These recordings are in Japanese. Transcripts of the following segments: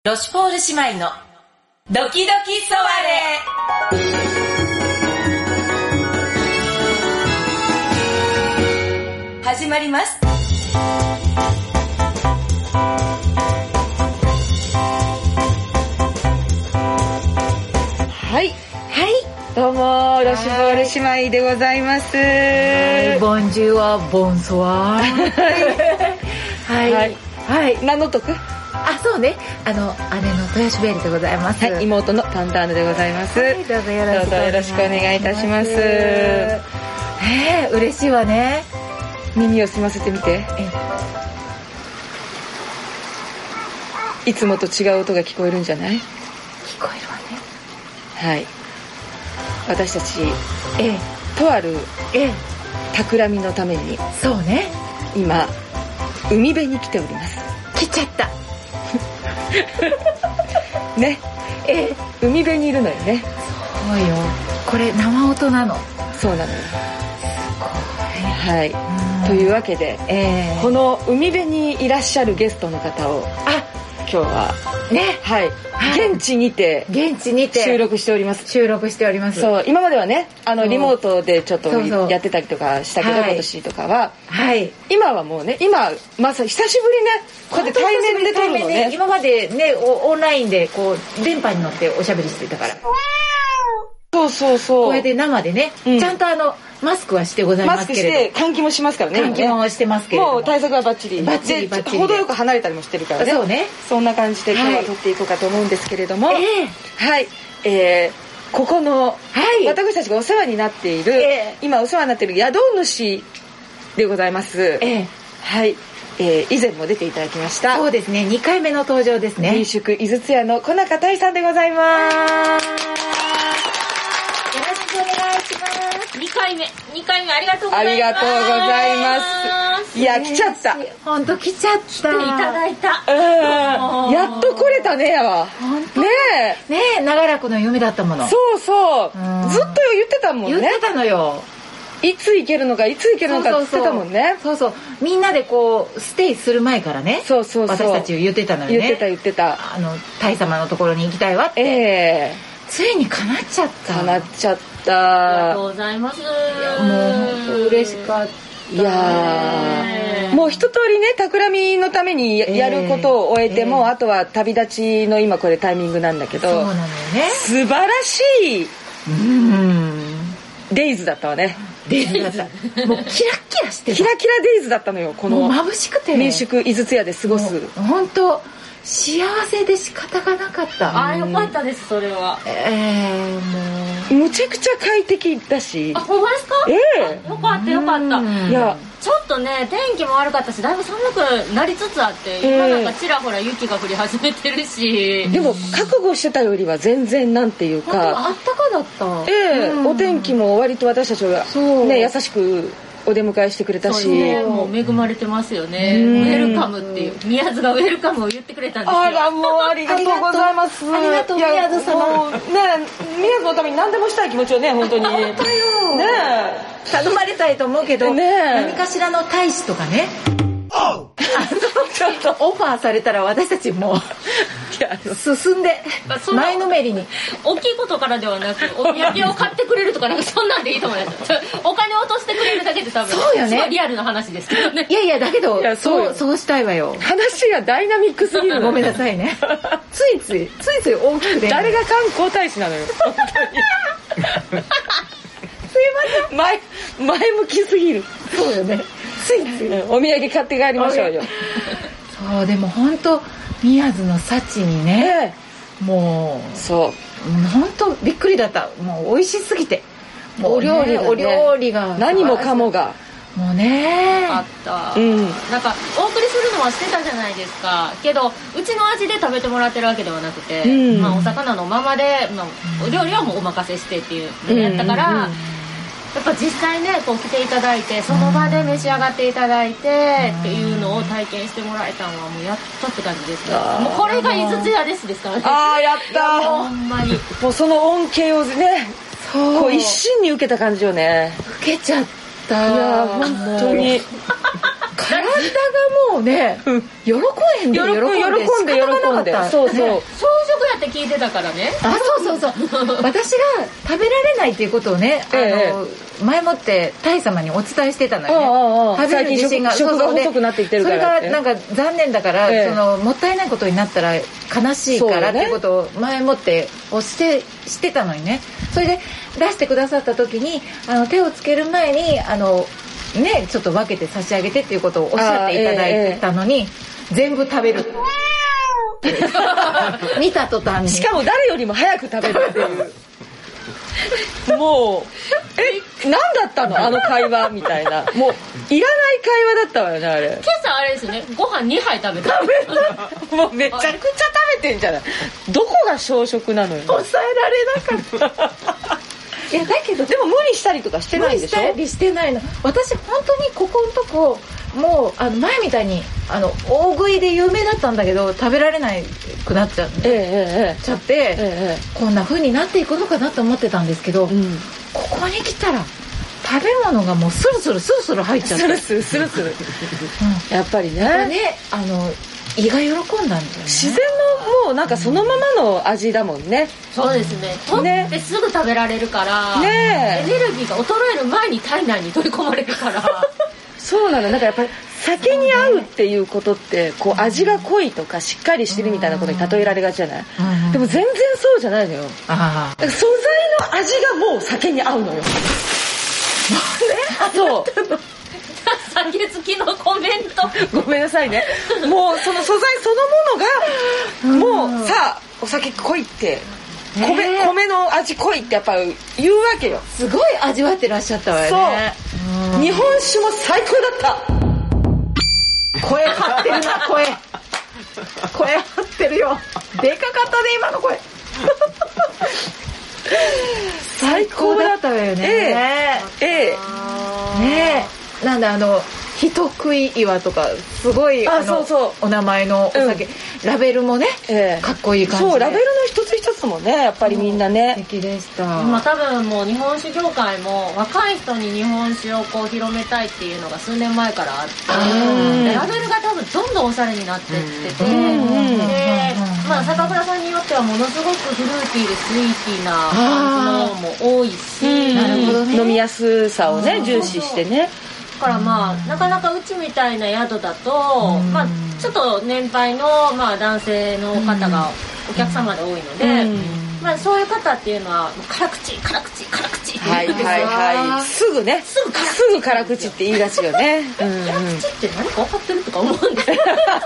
ロシュポール姉妹のドキドキソワレ始まります。 はい、どうもロシュポール姉妹でございます。 ボンジュワボンソワはい、何の得？ あ、そうね、姉の豊橋ベールでございます。 はい、妹のタンターヌでございます。 はい、どうぞよろしくお願いいたします。嬉しいわね。 耳を澄ませてみて。いつもと違う音が聞こえるんじゃない？ 聞こえるわね。 はい、私たち、とある企みのために、 そうね、 今海辺に来ております。 来ちゃったね、海辺にいるのよね。 そうよ、これ生音なの。 そうなのよ。はい、というわけで、この海辺にいらっしゃるゲストの方を今日はね、現地にて収録しております。そう、今まではね、リモートでちょっとやってたりとかしたけど、今年とかは、今はもうね、まさに久しぶりね、こうやって対面で撮るのね。 今までね、オンラインでこう電波に乗っておしゃべりしてたから。 そうこうやって生でね、ちゃんとマスクはしてございますけれど、 マスクして換気もしますからね。 換気もしてますけれども、 もう対策はバッチリで程よく離れたりもしてるからね。 そうね、 そんな感じで今日は撮っていこうかと思うんですけれども、ここの、私たちがお世話になっている、今お世話になっている宿主でございます。以前も出ていただきました。 そうですね、2回目の登場ですね。 民宿井筒屋の小中大さんでございます。 よろしくお願いします。2回目ありがとうございます。 ありがとうございます。いや、来ちゃった。 本当来ちゃった。来ていただいた。 やっと来れたねやわ。ねえ、長らくの夢だったもの。 そう、ずっと言ってたもんね。 言ってたのよ。 いつ行けるのかって言ってたもんね。 そう、みんなでこうステイする前からね。そう私たち言ってたのよね。 言ってた。 大様のところに行きたいわって。ついに叶っちゃった。 ありがとうございます。 もう嬉しかった。 いやもう一通りね、企みのためにやることを終えても、あとは旅立ちの今これタイミングなんだけど、 そうなのよね。 素晴らしいデイズだったわね。 デイズだった。もうキラッキラしてる。 キラキラデイズだったのよ。この眩しくて民宿井筒屋で過ごす。 本当幸せで仕方がなかった。 よかったです、それは。 もうむちゃくちゃ快適だし。 ほんまですか？よかった。いや、ちょっとね、天気も悪かったし、だいぶ寒くなりつつあって、今なんかちらほら雪が降り始めてるし。 でも覚悟してたよりは全然なんていうか、 あったかだった。 お天気も割と私たちはね、優しくお出迎えしてくれたし、 もう恵まれてますよね。ウェルカムっていう、宮津がウェルカムを言ってくれたんですよ。 あら、もうありがとうございます。 ありがとう、宮津様。 ね、宮津のために何でもしたい気持ちをね、本当に。 本当よ。ね、頼まれたいと思うけど、何かしらの大使とかね。ちょっとオファーされたら私たちも進んで前のめりに、 大きいことからではなくお土産を買ってくれるとかなんかそんなんでいいと思います。お金を落としてくれるだけで多分そうよね、 すごいリアルな話ですけどね。 いやだけどそうしたいわよ。 話がダイナミックすぎる。 ごめんなさいね。ついつい大きくで。 誰が観光大使なのよ。本当に。 すいません。前向きすぎる。 そうよね。ついお土産買って帰りましょうよ。 そう、でも本当宮津の幸にね、もう本当びっくりだった。もう美味しすぎて、お料理が何もかもがもうねあった。なんかお送りするのはしてたじゃないですか。けどうちの味で食べてもらってるわけではなくて、お魚のままで、お料理はもうお任せしてっていうのやったから。やっぱ実際ね、こう来ていただいて、その場で召し上がっていただいてっていうのを体験してもらえたのはもうやっとって感じですね。もうこれが井筒屋ですからね。 やったほんまにもうその恩恵をね、こう一心に受けた感じよね。 受けちゃった。 いや本当に体がもうね喜んでそうそう、 小食やって聞いてたからね。 そう私が食べられないっていうことをね前もってタイ様にお伝えしてたのよね。食べる自信が食が細くなっていってるから、 それがなんか残念だから、もったいないことになったら悲しいからっていうことを前もってしてたのにね。それで出してくださった時に手をつける前にね、ちょっと分けて差し上げてっていうことをおっしゃっていただいてたのに、全部食べる見た途端に、 しかも誰よりも早く食べるっていうもう何だったのあの会話みたいな、もういらない会話だったわよねあれ。 今朝あれですよね、ご飯2杯食べたもうめちゃくちゃ食べてんじゃない。どこが小食なのよ。 抑えられなかったいやだけどでも無理したりとかしてないでしょ。 無理したりしてないの。私本当にここのとこもう前みたいに大食いで有名だったんだけど食べられなくなっちゃって、こんな風になっていくのかなと思ってたんですけど、ここに来たら食べ物がもうスルスル入っちゃってスルスルやっぱりね胃が喜んだんだよね。 自然のもうなんかそのままの味だもんね。 そうですね。取ってすぐ食べられるから、エネルギーが衰える前に体内に取り込まれるからそうなの。なんかやっぱり酒に合うっていうことってこう味が濃いとかしっかりしてるみたいなことに例えられがちじゃない。でも全然そうじゃないのよ。素材の味がもう酒に合うのよ。そう酒好きのコメントごめんなさいね。もうその素材そのものがもうさお酒濃いって米の味濃いってやっぱ言うわけよ。 すごい味わってらっしゃったわよね。 そう日本酒も最高だった。 声張ってるな声張ってるよ。でかかったね今の声最高だったわよね。なんで人食い岩とかすごいお名前のお酒、ラベルもね、かっこいい感じで。 そうラベルの一つ一つもねやっぱりみんなね素敵でした。 多分もう日本酒業界も若い人に日本酒をこう広めたいっていうのが数年前からあって、ラベルが多分どんどんおしゃれになってってて、で酒蔵さんによってはものすごくフルーティーでスイーティーな感じのも多いし、 なるほどね、 飲みやすさをね重視してね。 だからなかなかうちみたいな宿だと、ちょっと年配の男性の方がお客様で多いので、そういう方っていうのは辛口って言うんですよ。 すぐ辛口って言いがちよね。 辛口って何か分かってるとか思うんですよ言う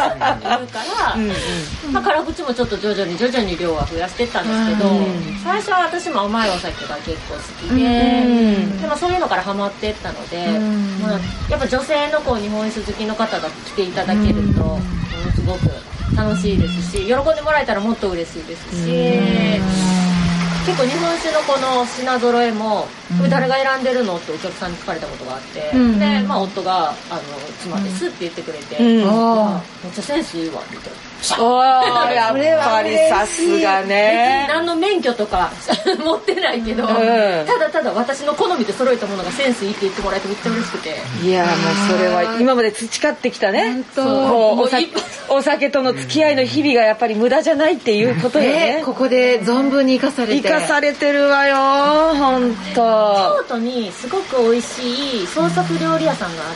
から辛口もちょっと徐々に量は増やしてったんですけど、最初は私も甘いお酒が結構好きで、でそういうのからハマってったので、やっぱ女性の日本酒好きの方が来ていただけるとものすごく楽しいですし、喜んでもらえたらもっと嬉しいですし、結構日本酒のこの品揃えも、誰が選んでるのってお客さんに聞かれたことがあって、で夫が妻ですって言ってくれて、めっちゃセンスいいわって言って。 やっぱりさすがね。 別に何の免許とか持ってないけど、ただ私の好みで揃えたものがセンスいいって言ってもらえてめっちゃ嬉しくて。 いやもうそれは今まで培ってきたね。お酒との付き合いの日々がやっぱり無駄じゃないっていうことよね。 ここで存分に生かされてるわよ本当。 京都にすごく美味しい創作料理屋さんがあって、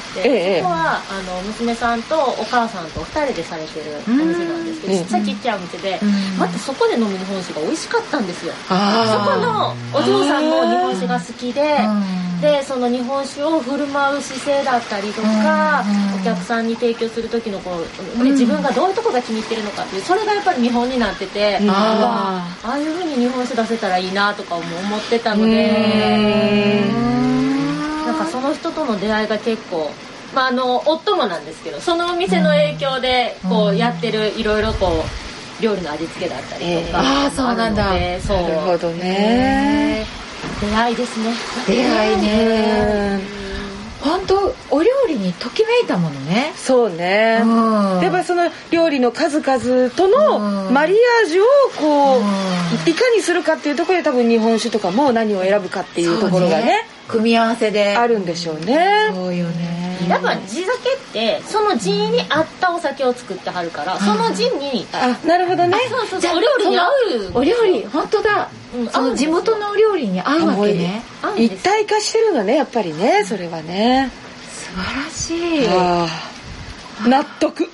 そこは娘さんとお母さんと2人でされてるお店なんですけど、ちっちゃいお店で、またそこで飲む日本酒が美味しかったんですよ。そこのお嬢さんも日本酒が好きで、でその日本酒を振る舞う姿勢だったりとか、お客さんに提供する時の自分がどういうとこが気に入ってるのかっていう、それがやっぱり見本になってて、ああいう風に日本酒出せたらいいなとかも思ってたので、なんかその人との出会いが結構、夫もなんですけど、そのお店の影響でやってるいろいろ料理の味付けだったりとか、 そうなんだ。 なるほどね。 出会いですね。 出会いね。本当お料理にときめいたものね。 そうね。やっぱりその料理の数々とのマリアージュをいかにするかっていうところで、多分日本酒とかも何を選ぶかっていうところがね、 組み合わせであるんでしょうね。 そうよね。 やっぱ地酒ってその地に合ったお酒を作ってはるから、その地になるほどね。 そうお料理に合う。 お料理本当だ。その地元のお料理に合うわけね。 一体化してるのね、やっぱりね。それはね、 素晴らしい。 納得。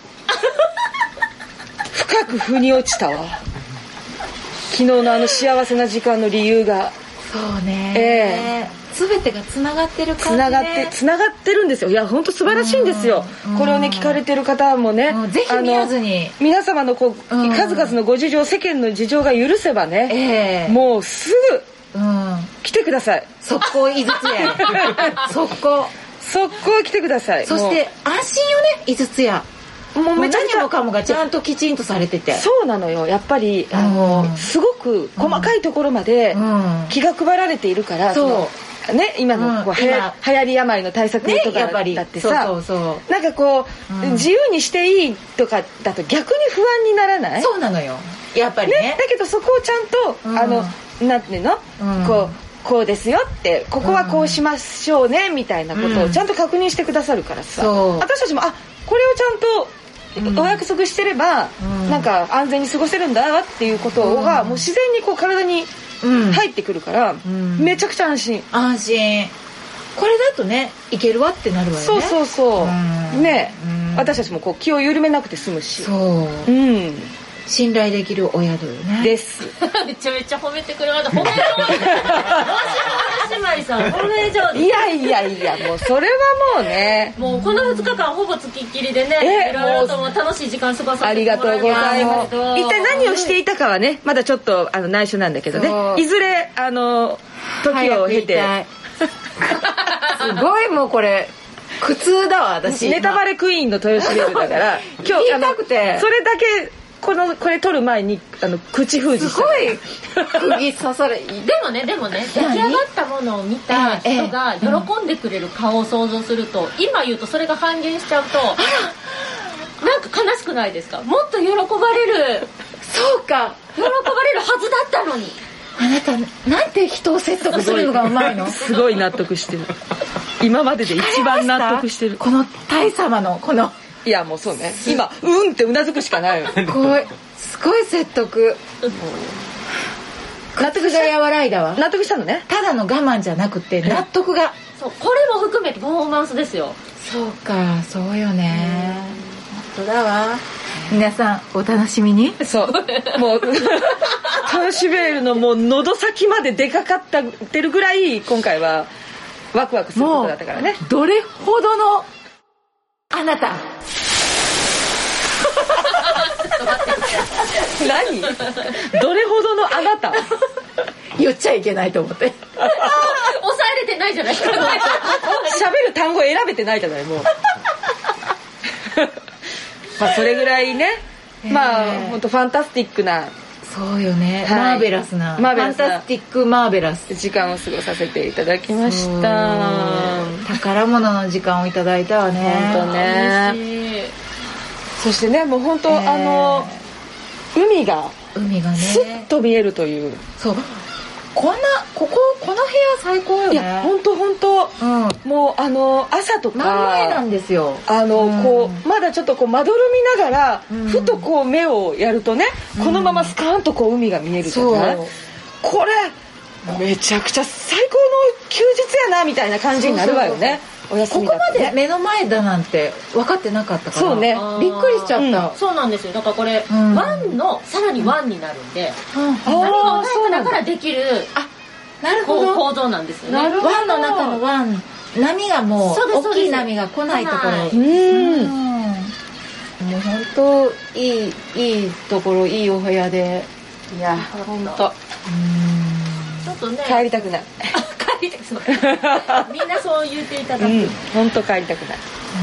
深く腑に落ちたわ。昨日の幸せな時間の理由が。 そうね。全てがつながってる感じで。 つながってるんですよ。いや本当素晴らしいんですよ。これをね聞かれてる方もね、 ぜひ見やずに皆様の数々のご事情、世間の事情が許せばね、もうすぐ来てください。 速攻井筒屋。速攻来てください。 そして安心よね、井筒屋。もう何もかもがちゃんときちんとされてて。 そうなのよ。やっぱりすごく細かいところまで気が配られているから。ね、今の流行り病の対策とかだってさ、なんかこう自由にしていいとかだと逆に不安にならない？ そうなのよ、やっぱりね。 だけどそこをちゃんとなんていうの、こうですよって、ここはこうしましょうねみたいなことをちゃんと確認してくださるからさ、私たちもこれをちゃんとお約束してればなんか安全に過ごせるんだっていうことがもう自然にこう体に入ってくるから、めちゃくちゃ安心。 これだとね、いけるわってなるわよね。 そうね、私たちもこう気を緩めなくて済むし。信頼できるお宿よね。です。 めちゃめちゃ褒めてくれました。褒め上手。姉妹さん褒め上手。 いやもうそれはもうね。 もうこの2日間ほぼつきっきりでね、いろいろとも楽しい時間過ごさせてもらいました。 ありがとうございます。一体何をしていたかはね、まだちょっと内緒なんだけどね。いずれ時を経て。 すごいもうこれ。苦痛だわ私。 ネタバレクイーンの豊洲レールだから今日言いたくてそれだけ。これ撮る前に口封じした。 すごい釘刺され。 でもね出来上がったものを見た人が喜んでくれる顔を想像すると、今言うとそれが半減しちゃうとなんか悲しくないですか？もっと喜ばれる。 そうか、 喜ばれるはずだったのに。 あなたなんて人を説得するのがうまいの。 すごい納得してる。今までで一番納得してる。 このタイ様のこの。 いやもうそうね、今ってうなずくしかないよ。 すごい説得。納得が和らいだわ。 納得したのね。 ただの我慢じゃなくて納得が。 そうこれも含めてパフォーマンスですよ。 そうか、そうよね。本当だわ。皆さんお楽しみに。 そうもうトシベールのもう喉先まで出かかってるぐらい今回はワクワクすることだったからね。 どれほどのあなた。 何？どれほどのあなた？ 言っちゃいけないと思って。 抑えれてないじゃないですか。 喋る単語選べてないじゃないもう。まあそれぐらいね。まあ本当ファンタスティックな。 そうよね。マーベラスな。ファンタスティックマーベラス。 時間を過ごさせていただきました。 宝物の時間をいただいたわね。 本当ね。そしてね、もう本当海がスッと見えるという。 そう。この部屋最高よね。 いや本当、もう朝とか真ん前なんですよ。 こうまだちょっとこうまどろみながら、ふとこう目をやるとね、このままスカーンとこう海が見えるじゃない。これめちゃくちゃ最高の休日やなみたいな感じになるわよね。お休みだとね。 ここまで目の前だなんて分かってなかったから。そうね。びっくりしちゃった。 そうなんですよ。だからこれワンのさらにワンになるんで、波が穏やかだからできる構造なんですよね。 ワンの中のワン、波がもう大きい波が来ないところ。もう本当いいところ、いいお部屋で。 いや本当。 ちょっとね。 帰りたくない。 みんなそう言っていただく。 本当帰りたくない。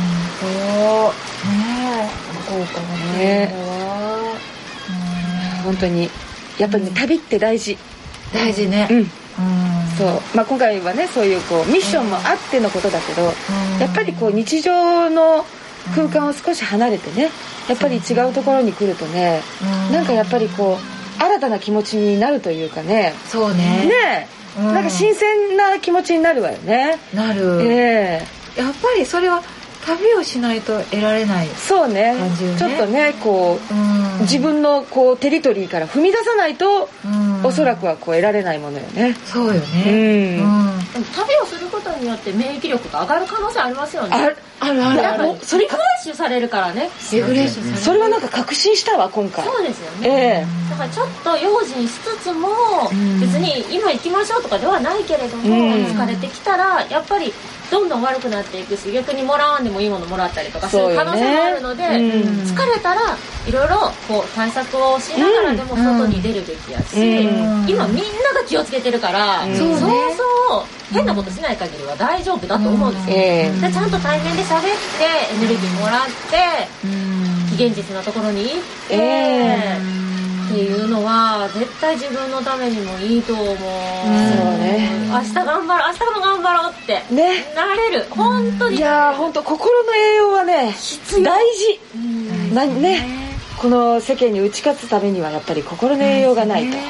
本当にやっぱりね、旅って大事ね。そうまあ今回はねそういうこうミッションもあってのことだけど、やっぱりこう日常の空間を少し離れてね、やっぱり違うところに来るとね、なんかやっぱりこう新たな気持ちになるというかね。 そうね。 なんか新鮮な気持ちになるわよね。 なる。やっぱりそれは旅をしないと得られないそうね感じよね。 ちょっとねこう、自分のこうテリトリーから踏み出さないと、おそらくはこう得られないものよね。 そうよね。 でも旅をすることによって免疫力が上がる可能性ありますよね。 あるある。 それリフレッシュされるからね。 リフレッシュされる。 それはなんか確信したわ今回。 そうですよね。だからちょっと用心しつつも、別に今行きましょうとかではないけれども、疲れてきたらやっぱりどんどん悪くなっていくし、逆にもらわんでもいいものもらったりとかする可能性もあるので、疲れたらいろいろこう対策をしながらでも外に出るべきやし、今みんなが気をつけてるから、そう変なことしない限りは大丈夫だと思うんですよ。でちゃんと対面で喋ってエネルギーもらって非現実なところに行ってっていうのは絶対自分のためにもいいと思う。そうね。 明日頑張ろう、明日も頑張ろうってなれる。本当に。 いや本当心の栄養はね大事。ね。この世間に打ち勝つためにはやっぱり心の栄養がないと。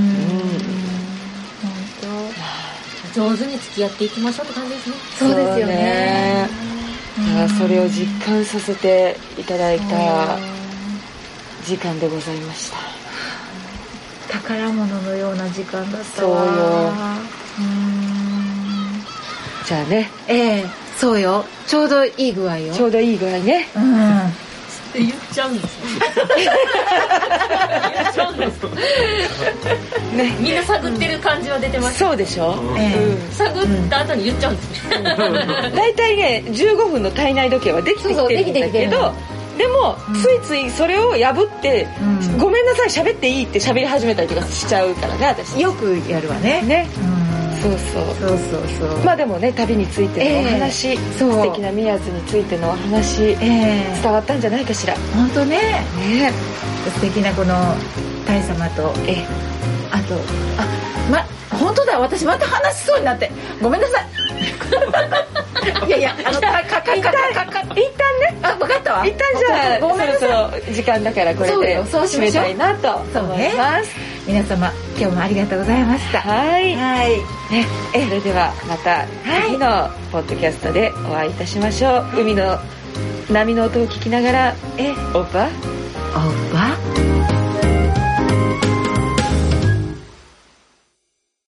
上手に付き合っていきましょうって感じですね。 そうですよね。 それを実感させていただいた時間でございました。 宝物のような時間だったわ。 そうよ。じゃあね。 そうよ。ちょうどいい具合よ。 ちょうどいい具合ね。 って言っちゃうんですね。みんな探ってる感じは出てます。 そうでしょ。 探った後に言っちゃうんですね。 だいたいね15分の体内時計はできてきてるんだけど、でもついついそれを破ってごめんなさい喋っていいって喋り始めたりとかしちゃうからね、私よくやるわね。 そう。まあでもね、旅についてのお話、素敵な宮津についてのお話、伝わったんじゃないかしら。 本当ね。素敵なこのタイ様と、あと本当だ、私また話しそうになってごめんなさい。いや一旦ね。分かったわ。 一旦じゃあそろそろ時間だからこれで締めたいなと思います。 皆様今日もありがとうございました。 はい。それではまた次のポッドキャストでお会いいたしましょう。海の波の音を聞きながらオッパ